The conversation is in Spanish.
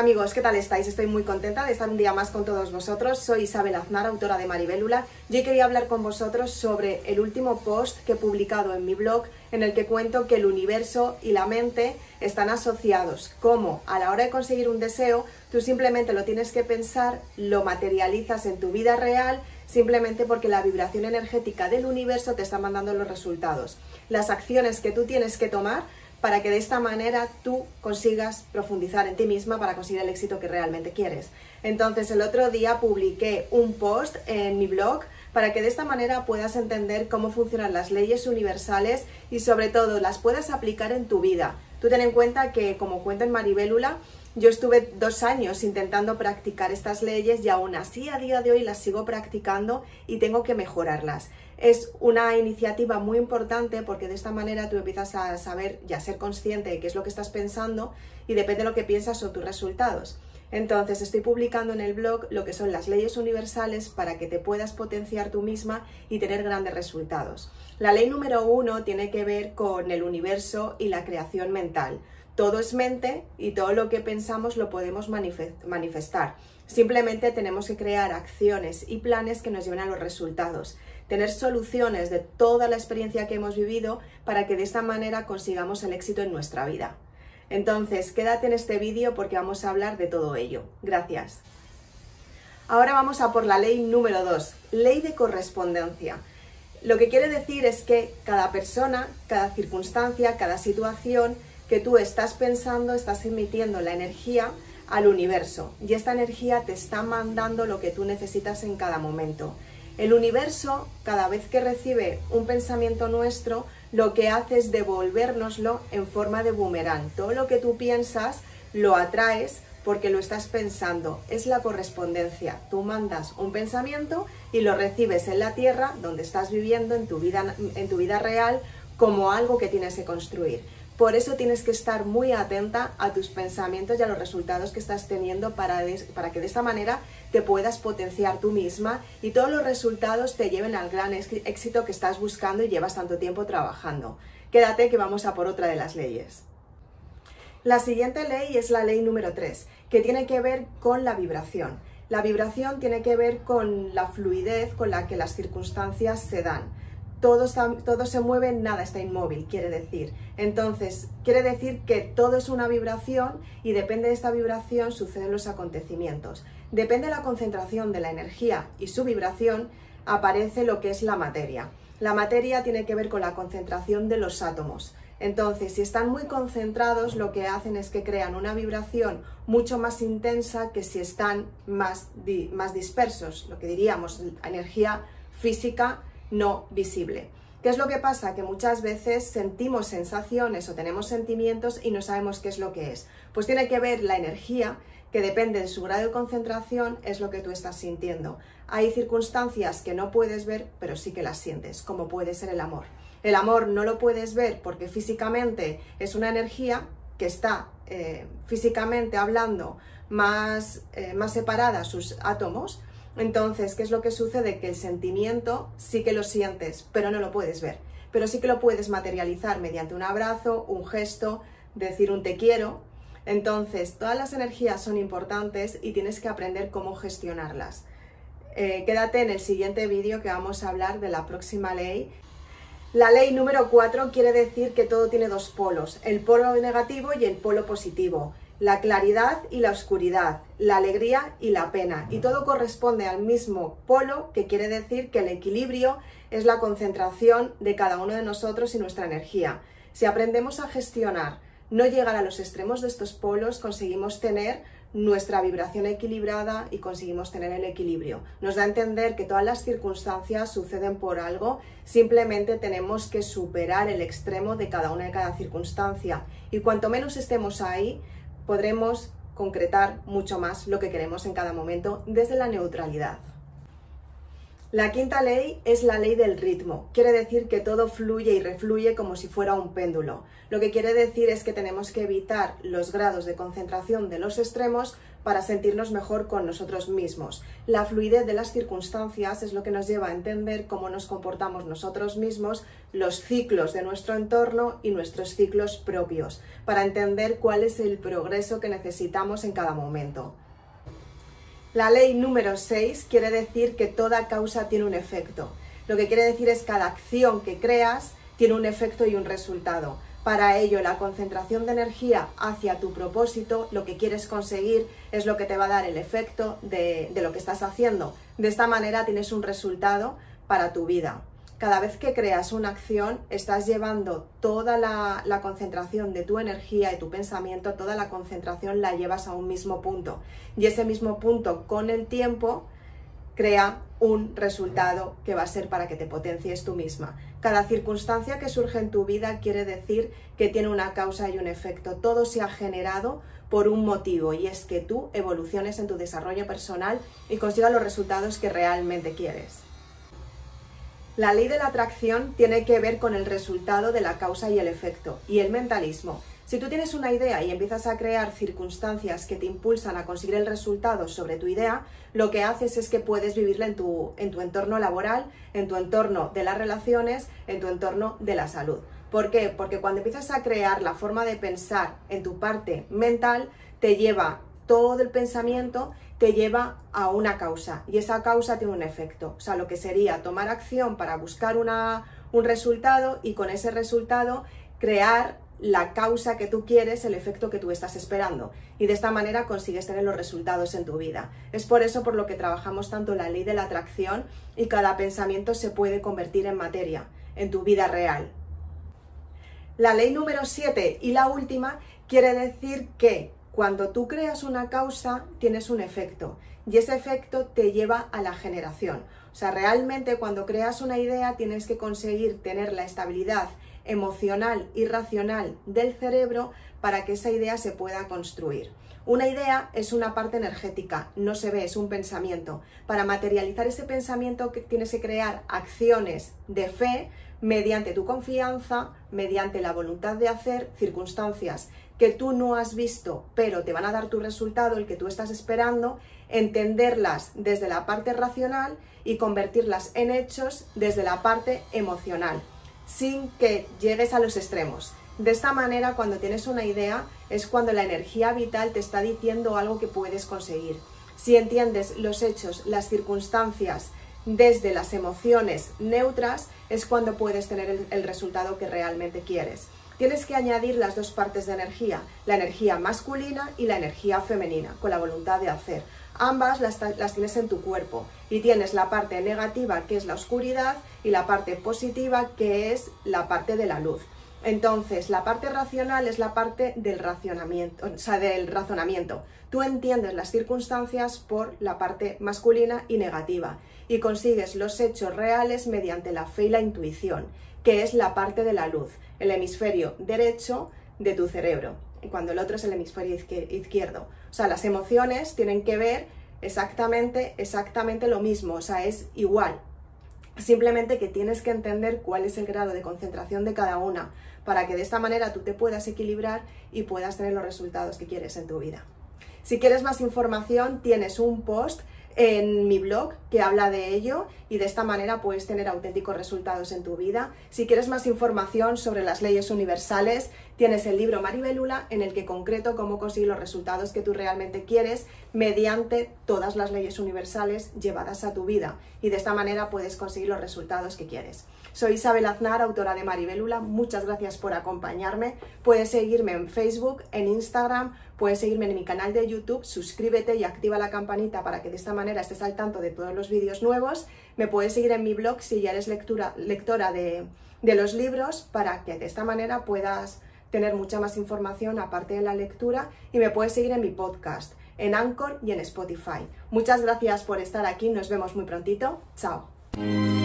Hola amigos, ¿qué tal estáis? Estoy muy contenta de estar un día más con todos vosotros. Soy Isabel Aznar, autora de Maribélula, y hoy quería hablar con vosotros sobre el último post que he publicado en mi blog, en el que cuento que el universo y la mente están asociados, cómo a la hora de conseguir un deseo, tú simplemente lo tienes que pensar, lo materializas en tu vida real, simplemente porque la vibración energética del universo te está mandando los resultados. Las acciones que tú tienes que tomar para que de esta manera tú consigas profundizar en ti misma para conseguir el éxito que realmente quieres. Entonces el otro día publiqué un post en mi blog para que de esta manera puedas entender cómo funcionan las leyes universales y sobre todo las puedas aplicar en tu vida. Tú ten en cuenta que, como cuento en Maribélula, yo estuve 2 años intentando practicar estas leyes y aún así a día de hoy las sigo practicando y tengo que mejorarlas. Es una iniciativa muy importante porque de esta manera tú empiezas a saber y a ser consciente de qué es lo que estás pensando y depende de lo que piensas son tus resultados. Entonces estoy publicando en el blog lo que son las leyes universales para que te puedas potenciar tú misma y tener grandes resultados. La ley número 1 tiene que ver con el universo y la creación mental. Todo es mente y todo lo que pensamos lo podemos manifestar. Simplemente tenemos que crear acciones y planes que nos lleven a los resultados. Tener soluciones de toda la experiencia que hemos vivido para que de esta manera consigamos el éxito en nuestra vida. Entonces, quédate en este vídeo porque vamos a hablar de todo ello. Gracias. Ahora vamos a por la ley número 2, ley de correspondencia. Lo que quiere decir es que cada persona, cada circunstancia, cada situación que tú estás pensando, estás emitiendo la energía al universo y esta energía te está mandando lo que tú necesitas en cada momento. El universo, cada vez que recibe un pensamiento nuestro, lo que hace es devolvérnoslo en forma de boomerang. Todo lo que tú piensas lo atraes porque lo estás pensando. Es la correspondencia. Tú mandas un pensamiento y lo recibes en la tierra, donde estás viviendo, en tu vida real, como algo que tienes que construir. Por eso tienes que estar muy atenta a tus pensamientos y a los resultados que estás teniendo para que de esta manera te puedas potenciar tú misma y todos los resultados te lleven al gran éxito que estás buscando y llevas tanto tiempo trabajando. Quédate que vamos a por otra de las leyes. La siguiente ley es la ley número 3, que tiene que ver con la vibración. La vibración tiene que ver con la fluidez con la que las circunstancias se dan. Todo se mueve, nada está inmóvil, quiere decir. Entonces, quiere decir que todo es una vibración y depende de esta vibración suceden los acontecimientos. Depende de la concentración de la energía y su vibración, aparece lo que es la materia. La materia tiene que ver con la concentración de los átomos. Entonces, si están muy concentrados, lo que hacen es que crean una vibración mucho más intensa que si están más dispersos, lo que diríamos energía física no visible. ¿Qué es lo que pasa? Que muchas veces sentimos sensaciones o tenemos sentimientos y no sabemos qué es lo que es. Pues tiene que ver la energía, que depende de su grado de concentración, es lo que tú estás sintiendo. Hay circunstancias que no puedes ver, pero sí que las sientes, como puede ser el amor. El amor no lo puedes ver porque físicamente es una energía que está físicamente hablando más separada sus átomos. Entonces, ¿qué es lo que sucede? Que el sentimiento sí que lo sientes, pero no lo puedes ver. Pero sí que lo puedes materializar mediante un abrazo, un gesto, decir un te quiero. Entonces, todas las energías son importantes y tienes que aprender cómo gestionarlas. Quédate en el siguiente vídeo que vamos a hablar de la próxima ley. La ley número 4 quiere decir que todo tiene 2 polos, el polo negativo y el polo positivo. La claridad y la oscuridad, la alegría y la pena. Y todo corresponde al mismo polo, que quiere decir que el equilibrio es la concentración de cada uno de nosotros y nuestra energía. Si aprendemos a gestionar, no llegar a los extremos de estos polos, conseguimos tener nuestra vibración equilibrada y conseguimos tener el equilibrio. Nos da a entender que todas las circunstancias suceden por algo, simplemente tenemos que superar el extremo de cada circunstancia. Y cuanto menos estemos ahí, podremos concretar mucho más lo que queremos en cada momento desde la neutralidad. La quinta ley es la ley del ritmo. Quiere decir que todo fluye y refluye como si fuera un péndulo. Lo que quiere decir es que tenemos que evitar los grados de concentración de los extremos para sentirnos mejor con nosotros mismos. La fluidez de las circunstancias es lo que nos lleva a entender cómo nos comportamos nosotros mismos, los ciclos de nuestro entorno y nuestros ciclos propios, para entender cuál es el progreso que necesitamos en cada momento. La ley número 6 quiere decir que toda causa tiene un efecto. Lo que quiere decir es que cada acción que creas tiene un efecto y un resultado. Para ello, la concentración de energía hacia tu propósito, lo que quieres conseguir, es lo que te va a dar el efecto de lo que estás haciendo. De esta manera tienes un resultado para tu vida. Cada vez que creas una acción, estás llevando toda la concentración de tu energía y tu pensamiento, toda la concentración la llevas a un mismo punto. Y ese mismo punto, con el tiempo, crea un resultado que va a ser para que te potencies tú misma. Cada circunstancia que surge en tu vida quiere decir que tiene una causa y un efecto. Todo se ha generado por un motivo, y es que tú evoluciones en tu desarrollo personal y consigas los resultados que realmente quieres. La ley de la atracción tiene que ver con el resultado de la causa y el efecto, y el mentalismo. Si tú tienes una idea y empiezas a crear circunstancias que te impulsan a conseguir el resultado sobre tu idea, lo que haces es que puedes vivirla en tu entorno laboral, en tu entorno de las relaciones, en tu entorno de la salud. ¿Por qué? Porque cuando empiezas a crear la forma de pensar en tu parte mental, te lleva todo el pensamiento, te lleva a una causa, y esa causa tiene un efecto. O sea, lo que sería tomar acción para buscar un resultado, y con ese resultado crear la causa que tú quieres, el efecto que tú estás esperando, y de esta manera consigues tener los resultados en tu vida. Es por eso por lo que trabajamos tanto la ley de la atracción, y cada pensamiento se puede convertir en materia, en tu vida real. La ley número 7 y la última quiere decir que cuando tú creas una causa tienes un efecto, y ese efecto te lleva a la generación. O sea, realmente cuando creas una idea tienes que conseguir tener la estabilidad emocional y racional del cerebro para que esa idea se pueda construir. Una idea es una parte energética, no se ve, es un pensamiento. Para materializar ese pensamiento tienes que crear acciones de fe mediante tu confianza, mediante la voluntad de hacer, circunstancias que tú no has visto, pero te van a dar tu resultado, el que tú estás esperando, entenderlas desde la parte racional y convertirlas en hechos desde la parte emocional, sin que llegues a los extremos. De esta manera, cuando tienes una idea, es cuando la energía vital te está diciendo algo que puedes conseguir. Si entiendes los hechos, las circunstancias, desde las emociones neutras, es cuando puedes tener el resultado que realmente quieres. Tienes que añadir las dos partes de energía, la energía masculina y la energía femenina, con la voluntad de hacer. Ambas las tienes en tu cuerpo, y tienes la parte negativa, que es la oscuridad, y la parte positiva, que es la parte de la luz. Entonces, la parte racional es la parte del razonamiento, Tú entiendes las circunstancias por la parte masculina y negativa, y consigues los hechos reales mediante la fe y la intuición, que es la parte de la luz, el hemisferio derecho de tu cerebro, cuando el otro es el hemisferio izquierdo. O sea, las emociones tienen que ver exactamente lo mismo, o sea, es igual. Simplemente que tienes que entender cuál es el grado de concentración de cada una, para que de esta manera tú te puedas equilibrar y puedas tener los resultados que quieres en tu vida. Si quieres más información, tienes un post en mi blog que habla de ello, y de esta manera puedes tener auténticos resultados en tu vida. Si quieres más información sobre las leyes universales, tienes el libro Maribélula, en el que concreto cómo conseguir los resultados que tú realmente quieres mediante todas las leyes universales llevadas a tu vida, y de esta manera puedes conseguir los resultados que quieres. Soy Isabel Aznar, autora de Maribélula. Muchas gracias por acompañarme. Puedes seguirme en Facebook, en Instagram, puedes seguirme en mi canal de YouTube, suscríbete y activa la campanita para que de esta manera estés al tanto de todos los vídeos nuevos. Me puedes seguir en mi blog si ya eres lectora de los libros, para que de esta manera puedas tener mucha más información aparte de la lectura, y me puedes seguir en mi podcast, en Anchor y en Spotify. Muchas gracias por estar aquí, nos vemos muy prontito. Chao.